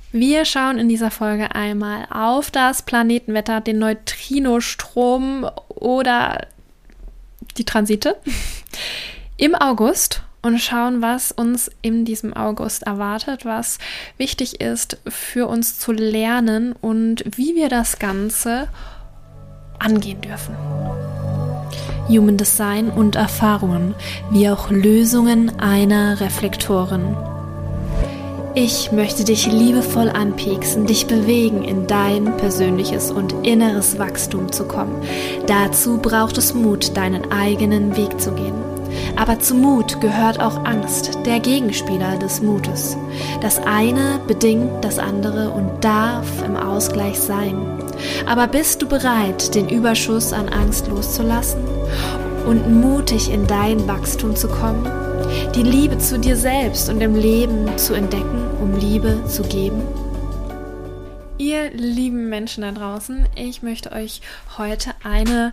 Wir schauen in dieser Folge einmal auf das Planetenwetter, den Neutrinostrom oder die Transite im August und schauen, was uns in diesem August erwartet, was wichtig ist für uns zu lernen und wie wir das Ganze angehen dürfen. Human Design und Erfahrungen, wie auch Lösungen einer Reflektorin. Ich möchte dich liebevoll anpieksen, dich bewegen, in dein persönliches und inneres Wachstum zu kommen. Dazu braucht es Mut, deinen eigenen Weg zu gehen. Aber zu Mut gehört auch Angst, der Gegenspieler des Mutes. Das eine bedingt das andere und darf im Ausgleich sein. Aber bist du bereit, den Überschuss an Angst loszulassen und mutig in dein Wachstum zu kommen? Die Liebe zu dir selbst und im Leben zu entdecken, um Liebe zu geben? Ihr lieben Menschen da draußen, ich möchte euch heute eine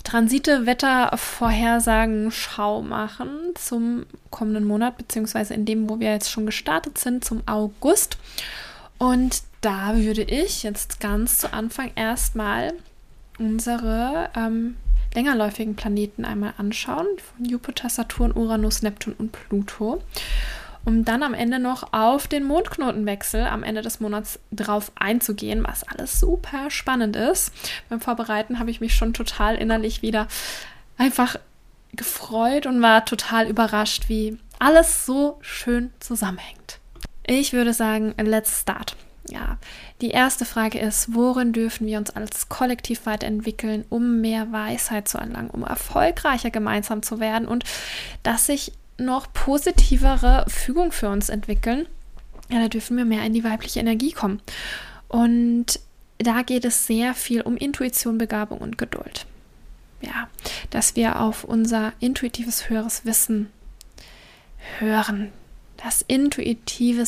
Transite-Wetter-Vorhersagen-Schau machen zum kommenden Monat, beziehungsweise in dem, wo wir jetzt schon gestartet sind, zum August. Und da würde ich jetzt ganz zu Anfang erstmal unsere längerläufigen Planeten einmal anschauen, von Jupiter, Saturn, Uranus, Neptun und Pluto, um dann am Ende noch auf den Mondknotenwechsel am Ende des Monats drauf einzugehen, was alles super spannend ist. Beim Vorbereiten habe ich mich schon total innerlich wieder einfach gefreut und war total überrascht, wie alles so schön zusammenhängt. Ich würde sagen, let's start. Ja, die erste Frage ist, worin dürfen wir uns als Kollektiv weiterentwickeln, um mehr Weisheit zu erlangen, um erfolgreicher gemeinsam zu werden und dass sich noch positivere Fügungen für uns entwickeln? Ja, da dürfen wir mehr in die weibliche Energie kommen. Und da geht es sehr viel um Intuition, Begabung und Geduld. Ja, dass wir auf unser intuitives, höheres Wissen hören. Das intuitive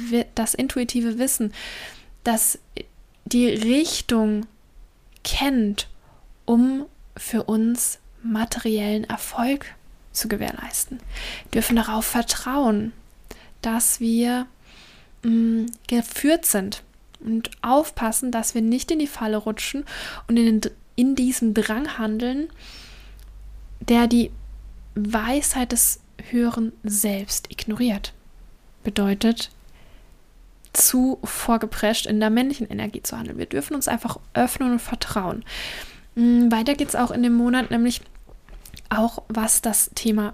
Wissen, das die Richtung kennt, um für uns materiellen Erfolg zu gewährleisten. Wir dürfen darauf vertrauen, dass wir geführt sind und aufpassen, dass wir nicht in die Falle rutschen und in diesem Drang handeln, der die Weisheit des höheren Selbst ignoriert. Bedeutet, zu vorgeprescht in der männlichen Energie zu handeln. Wir dürfen uns einfach öffnen und vertrauen. Weiter geht es auch in dem Monat, nämlich auch was das Thema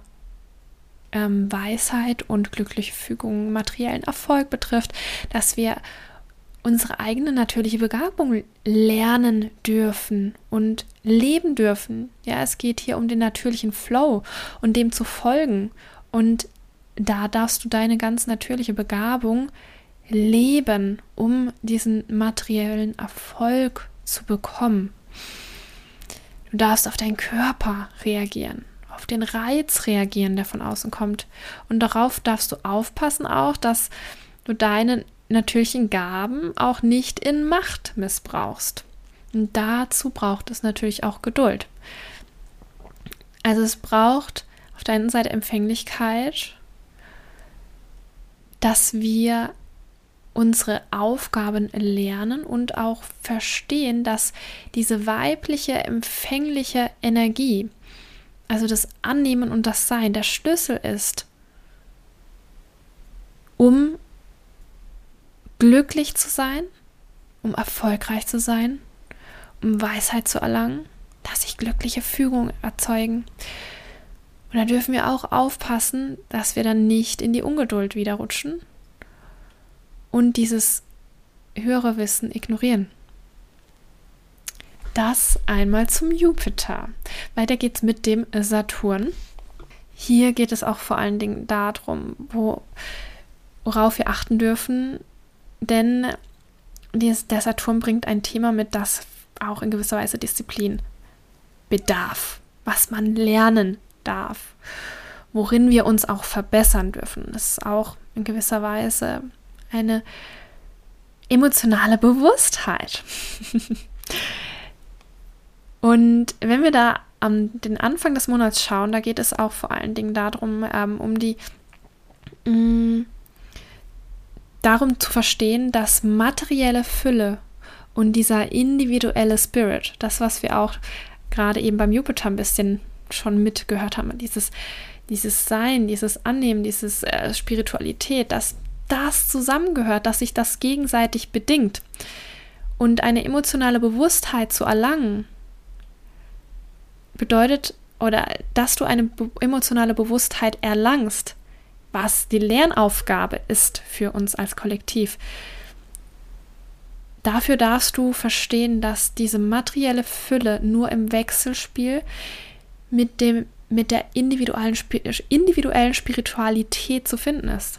Weisheit und glückliche Fügung, materiellen Erfolg betrifft, dass wir unsere eigene natürliche Begabung lernen dürfen und leben dürfen. Ja, es geht hier um den natürlichen Flow und dem zu folgen. Und da darfst du deine ganz natürliche Begabung leben, um diesen materiellen Erfolg zu bekommen. Du darfst auf deinen Körper reagieren, auf den Reiz reagieren, der von außen kommt. Und darauf darfst du aufpassen auch, dass du deine natürlichen Gaben auch nicht in Macht missbrauchst. Und dazu braucht es natürlich auch Geduld. Also es braucht auf der einen Seite Empfänglichkeit, dass wir unsere Aufgaben lernen und auch verstehen, dass diese weibliche, empfängliche Energie, also das Annehmen und das Sein, der Schlüssel ist, um glücklich zu sein, um erfolgreich zu sein, um Weisheit zu erlangen, dass sich glückliche Fügungen erzeugen. Und da dürfen wir auch aufpassen, dass wir dann nicht in die Ungeduld wieder rutschen und dieses höhere Wissen ignorieren. Das einmal zum Jupiter. Weiter geht's mit dem Saturn. Hier geht es auch vor allen Dingen darum, worauf wir achten dürfen, denn der Saturn bringt ein Thema mit, das auch in gewisser Weise Disziplin bedarf, was man lernen darf, worin wir uns auch verbessern dürfen. Das ist auch in gewisser Weise eine emotionale Bewusstheit. Und wenn wir da an den Anfang des Monats schauen, da geht es auch vor allen Dingen darum, um die darum zu verstehen, dass materielle Fülle und dieser individuelle Spirit, das, was wir auch gerade eben beim Jupiter ein bisschen schon mitgehört haben, dieses Sein, dieses Annehmen, diese Spiritualität, dass das zusammengehört, dass sich das gegenseitig bedingt. Und eine emotionale Bewusstheit zu erlangen, bedeutet, oder dass du eine emotionale Bewusstheit erlangst, was die Lernaufgabe ist für uns als Kollektiv. Dafür darfst du verstehen, dass diese materielle Fülle nur im Wechselspiel mit der individuellen Spiritualität zu finden ist.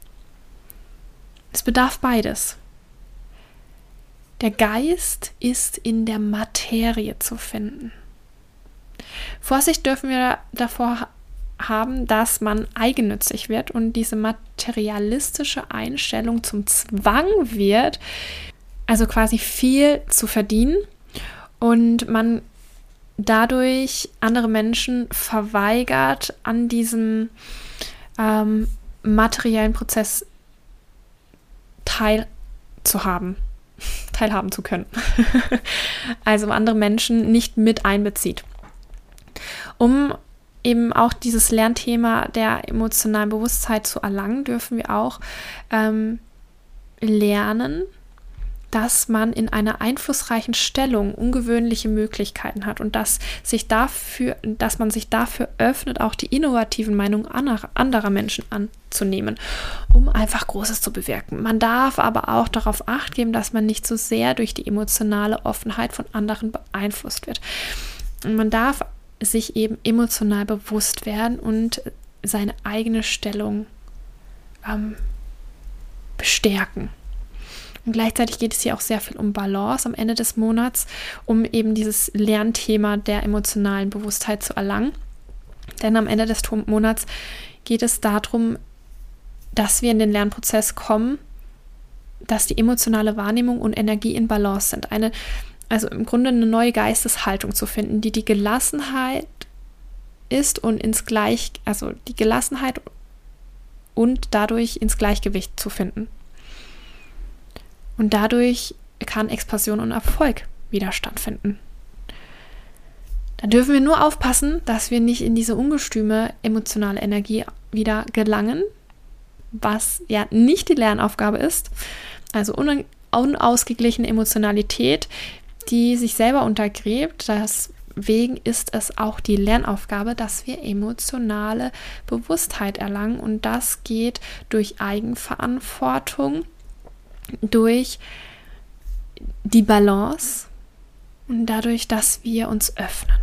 Es bedarf beides. Der Geist ist in der Materie zu finden. Vorsicht dürfen wir davor haben, dass man eigennützig wird und diese materialistische Einstellung zum Zwang wird, also quasi viel zu verdienen und man dadurch andere Menschen verweigert, an diesem materiellen Prozess teilhaben zu können. Also andere Menschen nicht mit einbezieht. Um eben auch dieses Lernthema der emotionalen Bewusstheit zu erlangen, dürfen wir auch lernen, dass man in einer einflussreichen Stellung ungewöhnliche Möglichkeiten hat und dass man sich dafür öffnet, auch die innovativen Meinungen anderer Menschen anzunehmen, um einfach Großes zu bewirken. Man darf aber auch darauf Acht geben, dass man nicht so sehr durch die emotionale Offenheit von anderen beeinflusst wird. Und man darf sich eben emotional bewusst werden und seine eigene Stellung bestärken. Und gleichzeitig geht es hier auch sehr viel um Balance am Ende des Monats, um eben dieses Lernthema der emotionalen Bewusstheit zu erlangen. Denn am Ende des Monats geht es darum, dass wir in den Lernprozess kommen, dass die emotionale Wahrnehmung und Energie in Balance sind. Also im Grunde eine neue Geisteshaltung zu finden, die Gelassenheit ist und die Gelassenheit und dadurch ins Gleichgewicht zu finden. Und dadurch kann Expansion und Erfolg wieder stattfinden. Da dürfen wir nur aufpassen, dass wir nicht in diese ungestüme emotionale Energie wieder gelangen, was ja nicht die Lernaufgabe ist. Also unausgeglichene Emotionalität, die sich selber untergräbt. Deswegen ist es auch die Lernaufgabe, dass wir emotionale Bewusstheit erlangen. Und das geht durch Eigenverantwortung, durch die Balance und dadurch, dass wir uns öffnen.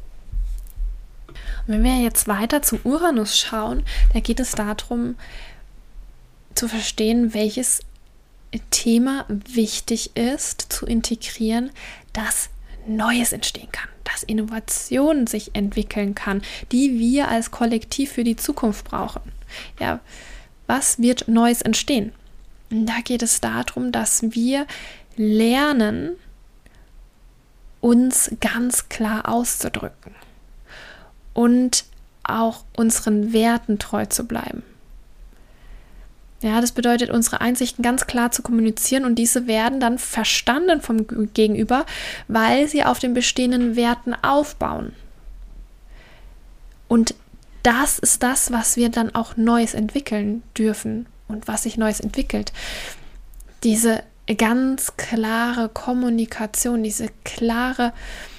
Und wenn wir jetzt weiter zum Uranus schauen, da geht es darum, zu verstehen, welches Thema wichtig ist, zu integrieren, dass Neues entstehen kann, dass Innovation sich entwickeln kann, die wir als Kollektiv für die Zukunft brauchen. Ja, was wird Neues entstehen? Da geht es darum, dass wir lernen, uns ganz klar auszudrücken und auch unseren Werten treu zu bleiben. Ja, das bedeutet, unsere Einsichten ganz klar zu kommunizieren und diese werden dann verstanden vom Gegenüber, weil sie auf den bestehenden Werten aufbauen. Und das ist das, was wir dann auch Neues entwickeln dürfen. Und was sich Neues entwickelt. Diese ganz klare Kommunikation, diese klare,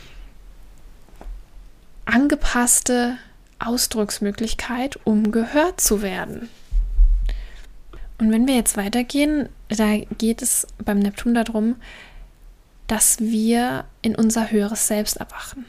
angepasste Ausdrucksmöglichkeit, um gehört zu werden. Und wenn wir jetzt weitergehen, da geht es beim Neptun darum, dass wir in unser höheres Selbst erwachen.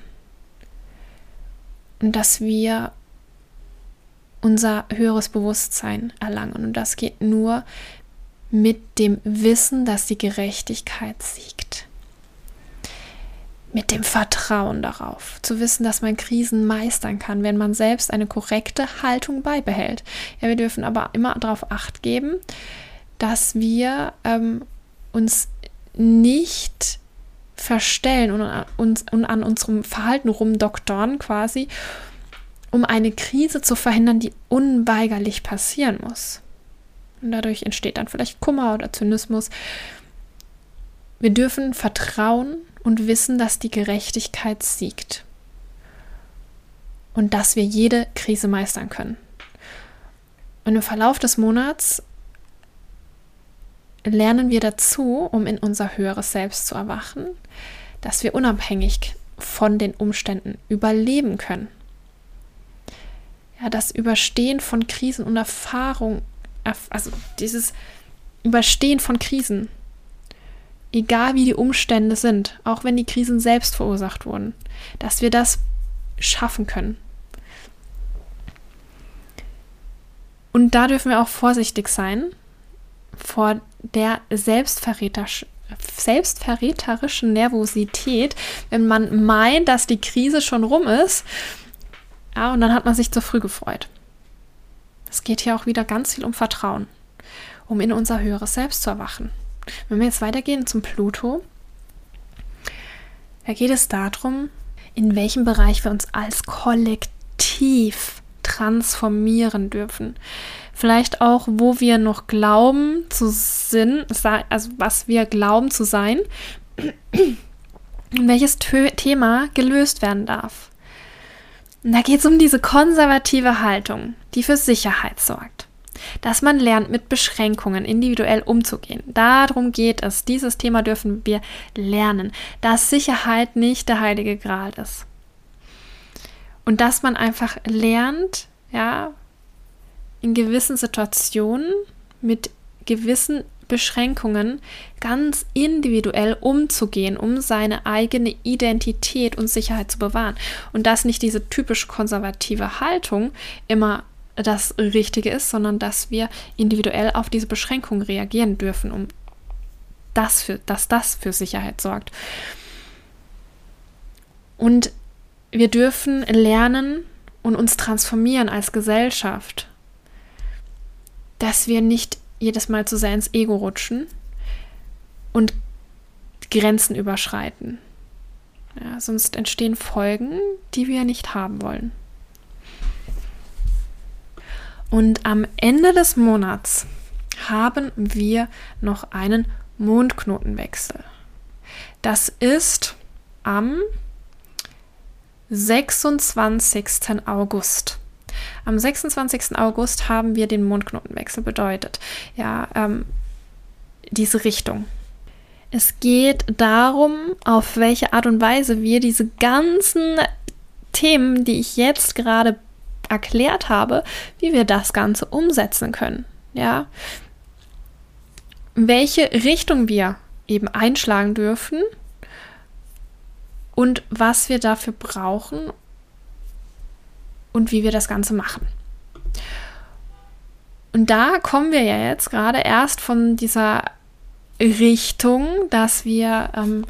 Und dass wir unser höheres Bewusstsein erlangen. Und das geht nur mit dem Wissen, dass die Gerechtigkeit siegt. Mit dem Vertrauen darauf, zu wissen, dass man Krisen meistern kann, wenn man selbst eine korrekte Haltung beibehält. Ja, wir dürfen aber immer darauf Acht geben, dass wir uns nicht verstellen und an unserem Verhalten rumdoktern quasi, um eine Krise zu verhindern, die unweigerlich passieren muss. Und dadurch entsteht dann vielleicht Kummer oder Zynismus. Wir dürfen vertrauen und wissen, dass die Gerechtigkeit siegt. Und dass wir jede Krise meistern können. Und im Verlauf des Monats lernen wir dazu, um in unser höheres Selbst zu erwachen, dass wir unabhängig von den Umständen überleben können. Ja, das Überstehen von Krisen und Erfahrung, also dieses Überstehen von Krisen, egal wie die Umstände sind, auch wenn die Krisen selbst verursacht wurden, dass wir das schaffen können. Und da dürfen wir auch vorsichtig sein vor der selbstverräterischen Nervosität, wenn man meint, dass die Krise schon rum ist, ja, und dann hat man sich zu früh gefreut. Es geht hier auch wieder ganz viel um Vertrauen, um in unser höheres Selbst zu erwachen. Wenn wir jetzt weitergehen zum Pluto, da geht es darum, in welchem Bereich wir uns als Kollektiv transformieren dürfen. Vielleicht auch, wo wir noch glauben zu sein, also was wir glauben zu sein, und welches Thema gelöst werden darf. Und da geht es um diese konservative Haltung, die für Sicherheit sorgt. Dass man lernt, mit Beschränkungen individuell umzugehen. Darum geht es. Dieses Thema dürfen wir lernen, dass Sicherheit nicht der heilige Gral ist. Und dass man einfach lernt, ja, in gewissen Situationen mit gewissen Beschränkungen ganz individuell umzugehen, um seine eigene Identität und Sicherheit zu bewahren. Und dass nicht diese typisch konservative Haltung immer das Richtige ist, sondern dass wir individuell auf diese Beschränkungen reagieren dürfen, dass das für Sicherheit sorgt. Und wir dürfen lernen und uns transformieren als Gesellschaft, dass wir nicht jedes Mal zu sehr ins Ego rutschen und Grenzen überschreiten. Ja, sonst entstehen Folgen, die wir nicht haben wollen. Und am Ende des Monats haben wir noch einen Mondknotenwechsel. Das ist am 26. August. Am 26. August haben wir den Mondknotenwechsel, bedeutet ja diese Richtung. Es geht darum, auf welche Art und Weise wir diese ganzen Themen, die ich jetzt gerade erklärt habe, wie wir das Ganze umsetzen können. Ja, welche Richtung wir eben einschlagen dürfen und was wir dafür brauchen und wie wir das Ganze machen. Und da kommen wir ja jetzt gerade erst von dieser Richtung, dass wir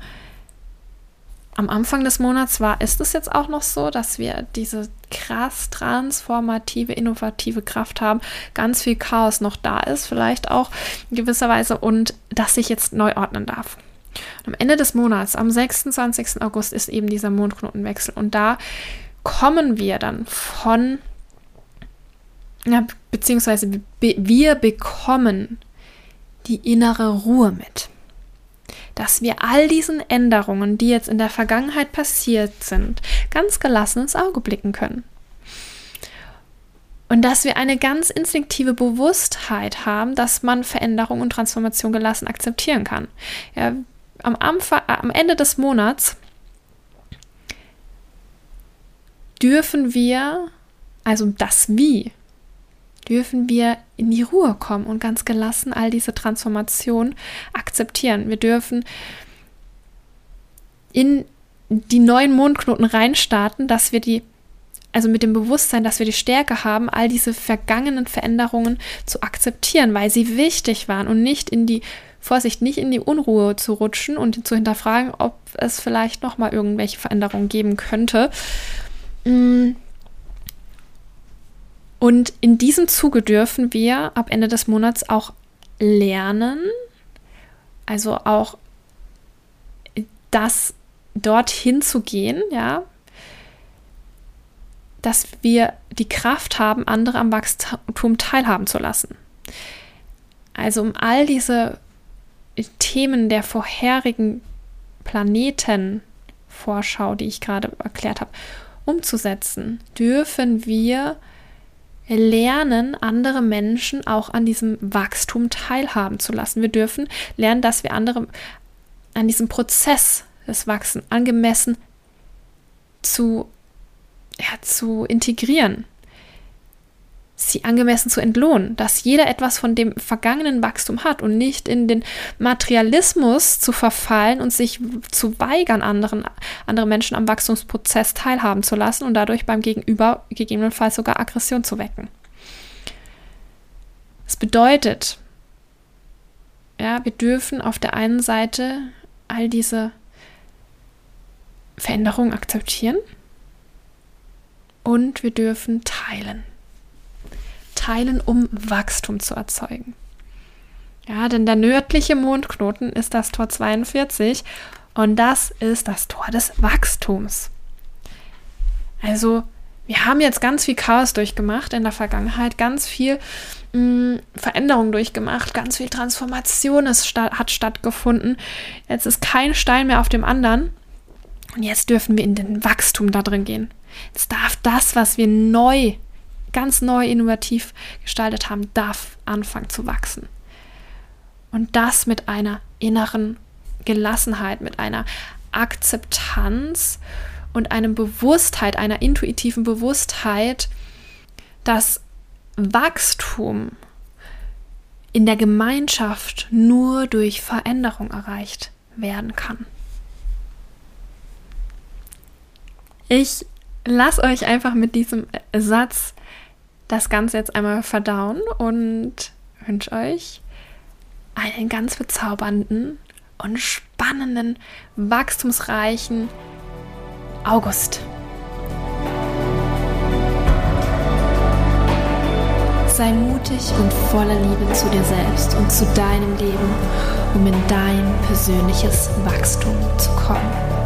am Anfang des Monats ist es jetzt auch noch so, dass wir diese krass transformative, innovative Kraft haben, ganz viel Chaos noch da ist, vielleicht auch in gewisser Weise, und das sich jetzt neu ordnen darf. Und am Ende des Monats, am 26. August, ist eben dieser Mondknotenwechsel, und da kommen wir dann beziehungsweise wir bekommen die innere Ruhe mit. Dass wir all diesen Änderungen, die jetzt in der Vergangenheit passiert sind, ganz gelassen ins Auge blicken können. Und dass wir eine ganz instinktive Bewusstheit haben, dass man Veränderung und Transformation gelassen akzeptieren kann. Ja, am Ende des Monats dürfen wir, also das Wie, dürfen wir in die Ruhe kommen und ganz gelassen all diese Transformation akzeptieren. Wir dürfen in die neuen Mondknoten reinstarten, dass wir also mit dem Bewusstsein, dass wir die Stärke haben, all diese vergangenen Veränderungen zu akzeptieren, weil sie wichtig waren, und nicht in die Unruhe zu rutschen und zu hinterfragen, ob es vielleicht nochmal irgendwelche Veränderungen geben könnte. Und in diesem Zuge dürfen wir ab Ende des Monats auch lernen, also auch das dorthin zu gehen, ja, dass wir die Kraft haben, andere am Wachstum teilhaben zu lassen. Also um all diese Themen der vorherigen Planetenvorschau, die ich gerade erklärt habe, umzusetzen, dürfen wir lernen, andere Menschen auch an diesem Wachstum teilhaben zu lassen. Wir dürfen lernen, dass wir andere an diesem Prozess des Wachsens angemessen zu integrieren, sie angemessen zu entlohnen, dass jeder etwas von dem vergangenen Wachstum hat und nicht in den Materialismus zu verfallen und sich zu weigern, andere Menschen am Wachstumsprozess teilhaben zu lassen und dadurch beim Gegenüber gegebenenfalls sogar Aggression zu wecken. Das bedeutet, ja, wir dürfen auf der einen Seite all diese Veränderungen akzeptieren und wir dürfen teilen. Teilen, um Wachstum zu erzeugen. Ja, denn der nördliche Mondknoten ist das Tor 42 und das ist das Tor des Wachstums. Also wir haben jetzt ganz viel Chaos durchgemacht in der Vergangenheit, ganz viel Veränderung durchgemacht, ganz viel Transformation hat stattgefunden. Jetzt ist kein Stein mehr auf dem anderen und jetzt dürfen wir in den Wachstum da drin gehen. Jetzt darf das, was wir ganz neu, innovativ gestaltet haben, darf anfangen zu wachsen. Und das mit einer inneren Gelassenheit, mit einer Akzeptanz und einer Bewusstheit, einer intuitiven Bewusstheit, dass Wachstum in der Gemeinschaft nur durch Veränderung erreicht werden kann. Ich lasse euch einfach mit diesem Satz das Ganze jetzt einmal verdauen und wünsche euch einen ganz bezaubernden und spannenden, wachstumsreichen August. Sei mutig und voller Liebe zu dir selbst und zu deinem Leben, um in dein persönliches Wachstum zu kommen.